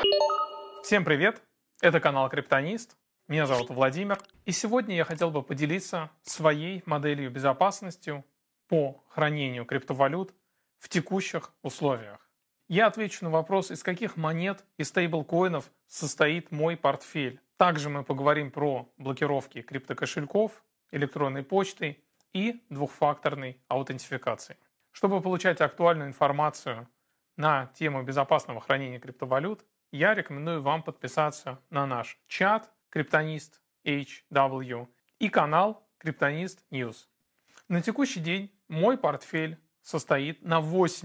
Всем привет! Это канал Криптонист. Меня зовут Владимир. И сегодня я хотел бы поделиться своей моделью безопасности по хранению криптовалют в текущих условиях. Я отвечу на вопрос, из каких монет и стейблкоинов состоит мой портфель. Также мы поговорим про блокировки криптокошельков, электронной почты и двухфакторной аутентификации. Чтобы получать актуальную информацию на тему безопасного хранения криптовалют, я рекомендую вам подписаться на наш чат Криптонист HW и канал Криптонист News. На текущий день мой портфель состоит на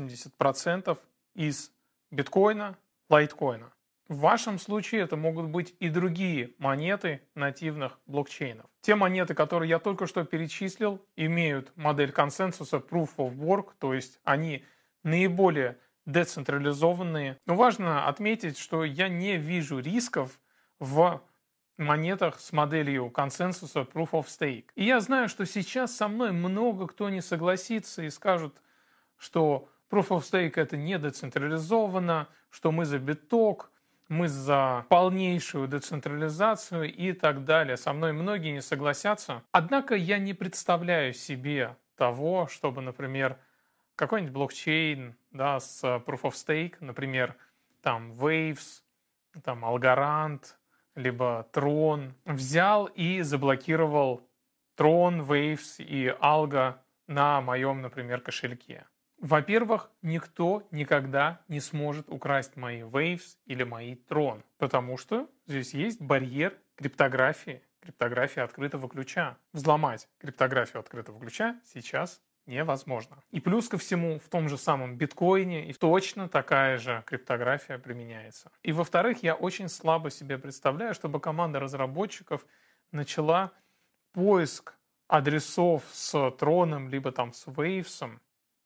80% из биткоина, лайткоина. В вашем случае это могут быть и другие монеты нативных блокчейнов. Те монеты, которые я только что перечислил, имеют модель консенсуса Proof of Work, то есть они наиболее децентрализованные. Но важно отметить, что я не вижу рисков в монетах с моделью консенсуса Proof of Stake. И я знаю, что сейчас со мной много кто не согласится и скажет, что Proof of Stake это не децентрализовано, что мы за биток, мы за полнейшую децентрализацию и так далее. Со мной многие не согласятся. Однако я не представляю себе того, чтобы, например, какой-нибудь блокчейн, да, с Proof of Stake, например, там Waves, там Algorand, либо Tron, взял и заблокировал Tron, Waves и Algo на моем, например, кошельке. Во-первых, никто никогда не сможет украсть мои Waves или мои Tron, потому что здесь есть барьер криптографии, криптография открытого ключа. Взломать криптографию открытого ключа сейчас невозможно. И плюс ко всему, в том же самом биткоине и точно такая же криптография применяется. И во-вторых, я очень слабо себе представляю, чтобы команда разработчиков начала поиск адресов с Троном, либо там с Вейвсом,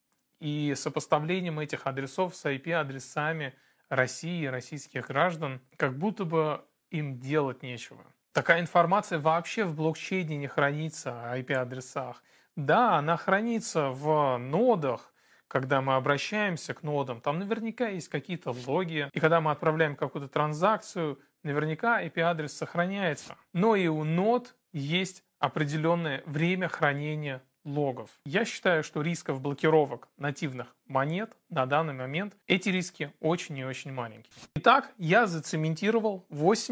и сопоставлением этих адресов с IP-адресами России, российских граждан, как будто бы им делать нечего. Такая информация вообще в блокчейне не хранится о IP-адресах. Да, она хранится в нодах, когда мы обращаемся к нодам, там наверняка есть какие-то логи, и когда мы отправляем какую-то транзакцию, наверняка IP-адрес сохраняется. Но и у нод есть определенное время хранения логов. Я считаю, что рисков блокировок нативных монет на данный момент, эти риски очень и очень маленькие. Итак, я зацементировал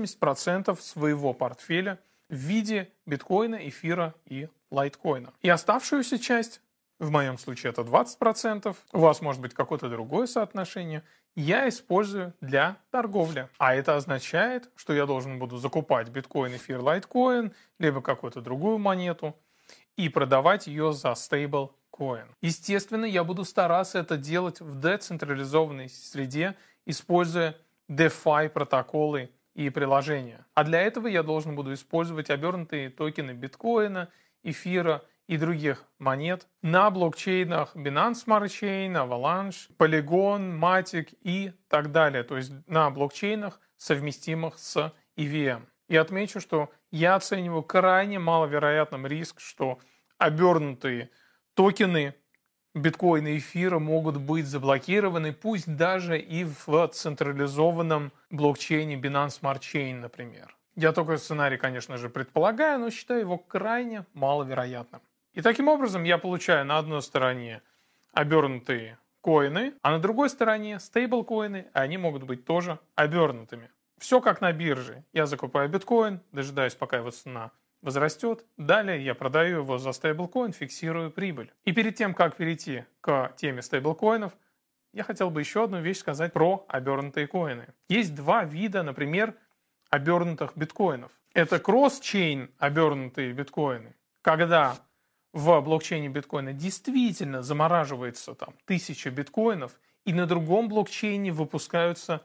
80% своего портфеля в виде биткоина, эфира и лайткоина. И оставшуюся часть, в моем случае это 20%, у вас может быть какое-то другое соотношение, я использую для торговли. А это означает, что я должен буду закупать биткоин, эфир, лайткоин, либо какую-то другую монету и продавать ее за стейблкоин. Естественно, я буду стараться это делать в децентрализованной среде, используя DeFi протоколы и приложения. А для этого я должен буду использовать обернутые токены биткоина, эфира и других монет на блокчейнах Binance Smart Chain, Avalanche, Polygon, Matic и так далее. То есть на блокчейнах, совместимых с EVM. И отмечу, что я оцениваю крайне маловероятным риск, что обернутые токены биткоина и эфира могут быть заблокированы, пусть даже и в централизованном блокчейне Binance Smart Chain, например. Я такой сценарий, конечно же, предполагаю, но считаю его крайне маловероятным. И таким образом я получаю на одной стороне обернутые коины, а на другой стороне стейблкоины, и они могут быть тоже обернутыми. Все как на бирже. Я закупаю биткоин, дожидаюсь, пока его цена возрастет. Далее я продаю его за стейблкоин, фиксирую прибыль. И перед тем, как перейти к теме стейблкоинов, я хотел бы еще одну вещь сказать про обернутые коины. Есть два вида, например, обернутых биткоинов. Это кросс-чейн обернутые биткоины, когда в блокчейне биткоина действительно замораживается там 1000 биткоинов, и на другом блокчейне выпускаются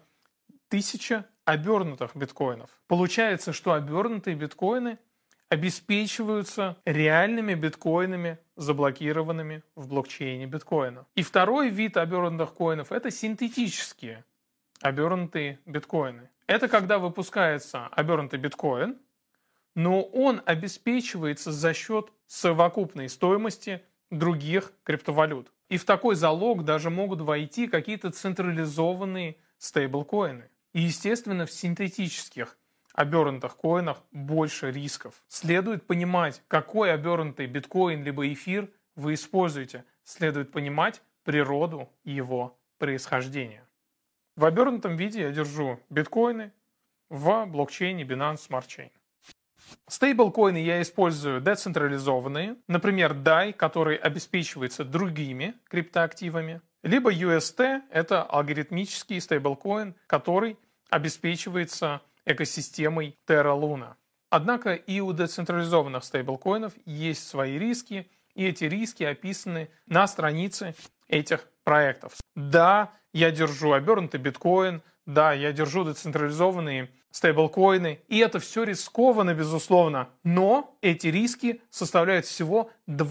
1000 обернутых биткоинов. Получается, что обернутые биткоины обеспечиваются реальными биткоинами, заблокированными в блокчейне биткоина. И второй вид обернутых коинов – это синтетические обернутые биткоины. Это когда выпускается обернутый биткоин, но он обеспечивается за счет совокупной стоимости других криптовалют. И в такой залог даже могут войти какие-то централизованные стейблкоины. И, естественно, в синтетических обернутых коинах больше рисков. Следует понимать, какой обернутый биткоин либо эфир вы используете. Следует понимать природу его происхождения. В обернутом виде я держу биткоины в блокчейне Binance Smart Chain. Стейблкоины я использую децентрализованные, например, DAI, который обеспечивается другими криптоактивами, либо UST – это алгоритмический стейблкоин, который обеспечивается экосистемой Terra Luna. Однако и у децентрализованных стейблкоинов есть свои риски, и эти риски описаны на странице этих проектов. Да, я держу обернутый биткоин, да, я держу децентрализованные стейблкоины, и это все рискованно, безусловно, но эти риски составляют всего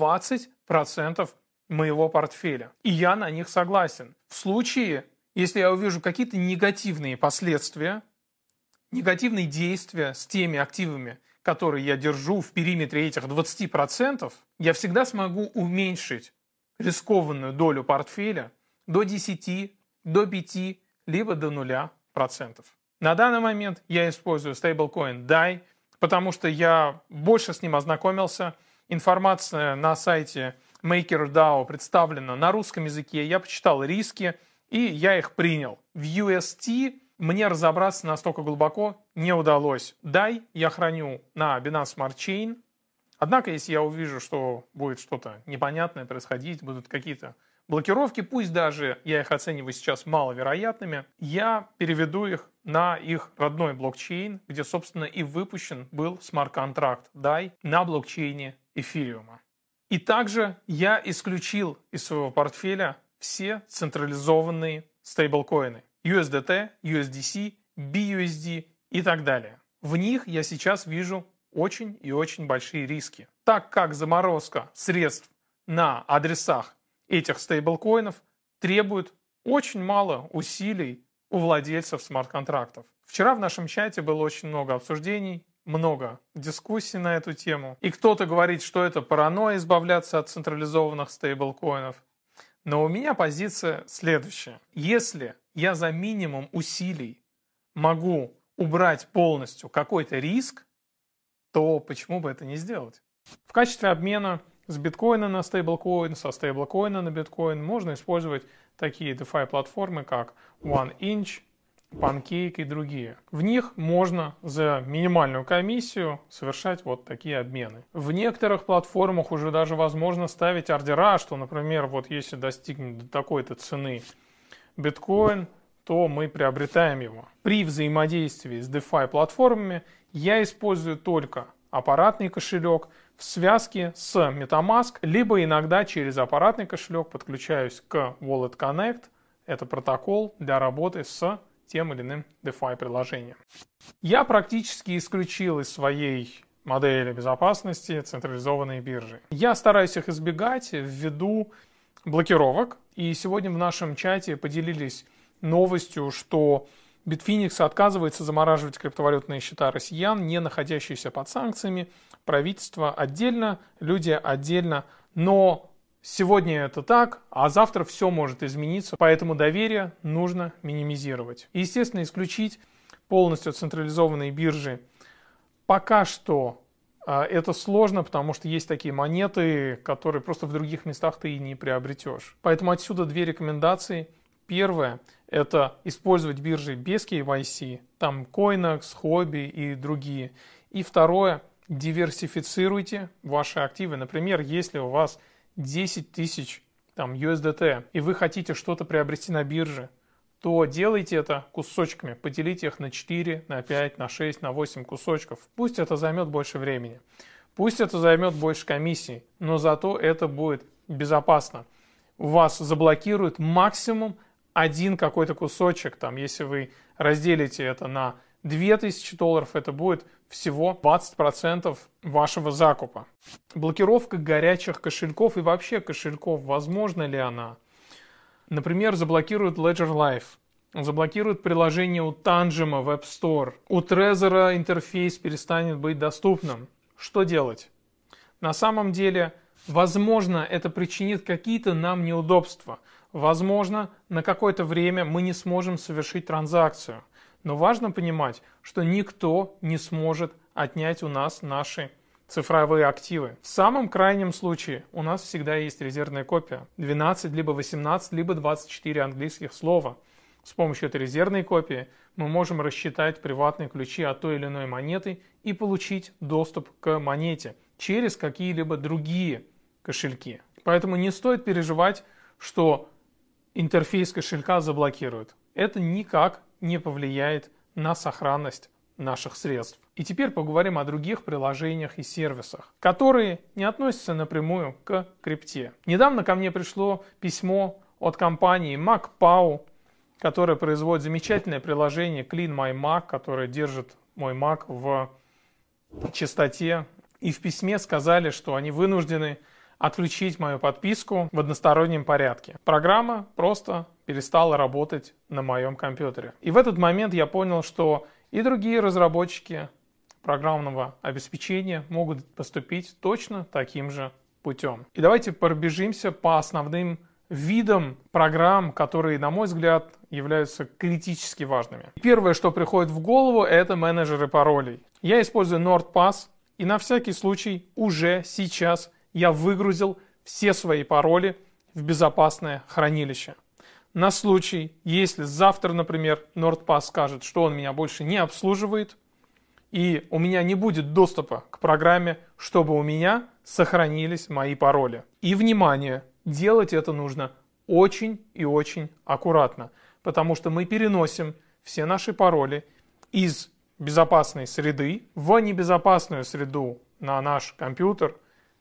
20% моего портфеля, и я на них согласен. В случае, если я увижу какие-то негативные последствия, негативные действия с теми активами, которые я держу в периметре этих 20%, я всегда смогу уменьшить рискованную долю портфеля до 10, до 5, либо до 0%. На данный момент я использую стейблкоин DAI, потому что я больше с ним ознакомился. Информация на сайте MakerDAO представлена на русском языке. Я почитал риски, и я их принял. В UST мне разобраться настолько глубоко не удалось. DAI я храню на Binance Smart Chain. Однако, если я увижу, что будет что-то непонятное происходить, будут какие-то блокировки, пусть даже я их оцениваю сейчас маловероятными, я переведу их на их родной блокчейн, где, собственно, и выпущен был смарт-контракт DAI на блокчейне эфириума. И также я исключил из своего портфеля все централизованные стейблкоины USDT, USDC, BUSD и так далее. В них я сейчас вижу очень и очень большие риски, так как заморозка средств на адресах этих стейблкоинов требует очень мало усилий у владельцев смарт-контрактов. Вчера в нашем чате было очень много обсуждений, много дискуссий на эту тему. И кто-то говорит, что это паранойя избавляться от централизованных стейблкоинов. Но у меня позиция следующая. Если я за минимум усилий могу убрать полностью какой-то риск, то почему бы это не сделать? В качестве обмена с биткоина на стейблкоин, со стейблкоина на биткоин можно использовать такие DeFi-платформы, как OneInch, Pancake и другие. В них можно за минимальную комиссию совершать вот такие обмены. В некоторых платформах уже даже возможно ставить ордера, что, например, вот если достигнет до такой-то цены биткоин, то мы приобретаем его. При взаимодействии с DeFi-платформами я использую только аппаратный кошелек в связке с MetaMask, либо иногда через аппаратный кошелек подключаюсь к Wallet Connect. Это протокол для работы с тем или иным DeFi-приложением. Я практически исключил из своей модели безопасности централизованные биржи. Я стараюсь их избегать ввиду блокировок. И сегодня в нашем чате поделились новостью, что Bitfinex отказывается замораживать криптовалютные счета россиян, не находящиеся под санкциями. Правительство отдельно, люди отдельно. Но сегодня это так, а завтра все может измениться, поэтому доверие нужно минимизировать. И, естественно, исключить полностью централизованные биржи пока что это сложно, потому что есть такие монеты, которые просто в других местах ты и не приобретешь. Поэтому отсюда две рекомендации. Первое – это использовать биржи без KYC, там Coinex, Huobi и другие. И второе – диверсифицируйте ваши активы. Например, если у вас 10 тысяч USDT, и вы хотите что-то приобрести на бирже, то делайте это кусочками, поделите их на 4, на 5, на 6, на 8 кусочков. Пусть это займет больше времени, пусть это займет больше комиссий, но зато это будет безопасно. У вас заблокируют максимум один какой-то кусочек, если вы разделите это на $2000, это будет всего 20% вашего закупа. Блокировка горячих кошельков и вообще кошельков, возможна ли она? Например, заблокируют Ledger Live, заблокируют приложение у Tangem в App Store, у Trezor интерфейс перестанет быть доступным. Что делать? На самом деле, возможно, это причинит какие-то нам неудобства. Возможно, на какое-то время мы не сможем совершить транзакцию. Но важно понимать, что никто не сможет отнять у нас наши цифровые активы. В самом крайнем случае у нас всегда есть резервная копия. 12, либо 18, либо 24 английских слова. С помощью этой резервной копии мы можем рассчитать приватные ключи от той или иной монеты и получить доступ к монете через какие-либо другие кошельки. Поэтому не стоит переживать, что интерфейс кошелька заблокируют. Это никак не повлияет на сохранность наших средств. И теперь поговорим о других приложениях и сервисах, которые не относятся напрямую к крипте. Недавно ко мне пришло письмо от компании MacPow, которая производит замечательное приложение Clean My Mac, которое держит мой Mac в чистоте. И в письме сказали, что они вынуждены отключить мою подписку в одностороннем порядке. Программа просто перестала работать на моем компьютере. И в этот момент я понял, что и другие разработчики программного обеспечения могут поступить точно таким же путем. И давайте пробежимся по основным видам программ, которые, на мой взгляд, являются критически важными. Первое, что приходит в голову, это менеджеры паролей. Я использую NordPass, и на всякий случай уже сейчас я выгрузил все свои пароли в безопасное хранилище. На случай, если завтра, например, NordPass скажет, что он меня больше не обслуживает, и у меня не будет доступа к программе, чтобы у меня сохранились мои пароли. И, внимание, делать это нужно очень и очень аккуратно, потому что мы переносим все наши пароли из безопасной среды в небезопасную среду на наш компьютер.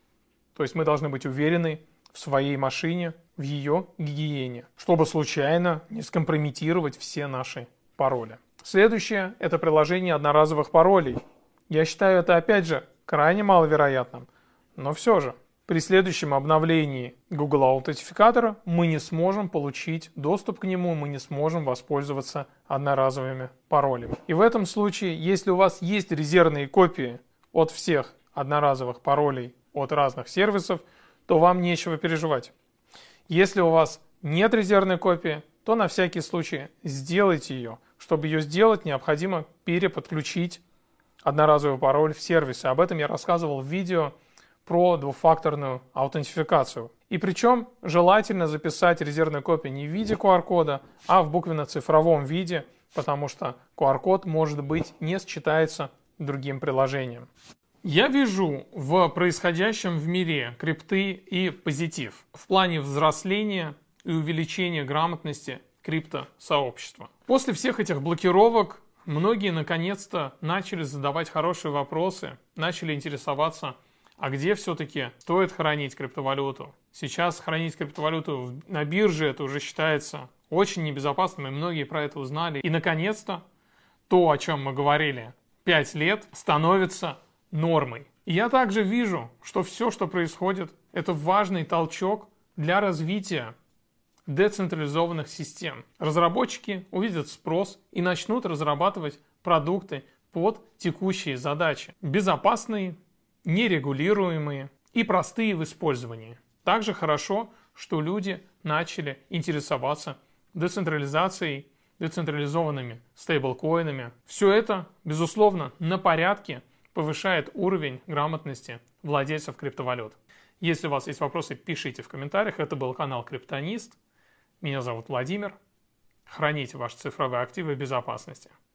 То есть мы должны быть уверены в своей машине, в ее гигиене, чтобы случайно не скомпрометировать все наши пароли. Следующее – это приложение одноразовых паролей. Я считаю это, опять же, крайне маловероятным, но все же. При следующем обновлении Google аутентификатора мы не сможем получить доступ к нему, мы не сможем воспользоваться одноразовыми паролями. И в этом случае, если у вас есть резервные копии от всех одноразовых паролей от разных сервисов, то вам нечего переживать. Если у вас нет резервной копии, то на всякий случай сделайте ее. Чтобы ее сделать, необходимо переподключить одноразовый пароль в сервисе. Об этом я рассказывал в видео про двухфакторную аутентификацию. И причем желательно записать резервную копию не в виде QR-кода, а в буквенно-цифровом виде, потому что QR-код, может быть, не считается другим приложением. Я вижу в происходящем в мире крипты и позитив в плане взросления и увеличения грамотности криптосообщества. После всех этих блокировок многие наконец-то начали задавать хорошие вопросы, начали интересоваться, а где все-таки стоит хранить криптовалюту. Сейчас хранить криптовалюту на бирже это уже считается очень небезопасным, и многие про это узнали. И наконец-то то, о чем мы говорили 5 лет, становится нормой. И я также вижу, что все, что происходит, это важный толчок для развития децентрализованных систем. Разработчики увидят спрос и начнут разрабатывать продукты под текущие задачи. Безопасные, нерегулируемые и простые в использовании. Также хорошо, что люди начали интересоваться децентрализацией, децентрализованными стейблкоинами. Все это, безусловно, на порядке повышает уровень грамотности владельцев криптовалют. Если у вас есть вопросы, пишите в комментариях. Это был канал Криптонист. Меня зовут Владимир. Храните ваши цифровые активы в безопасности.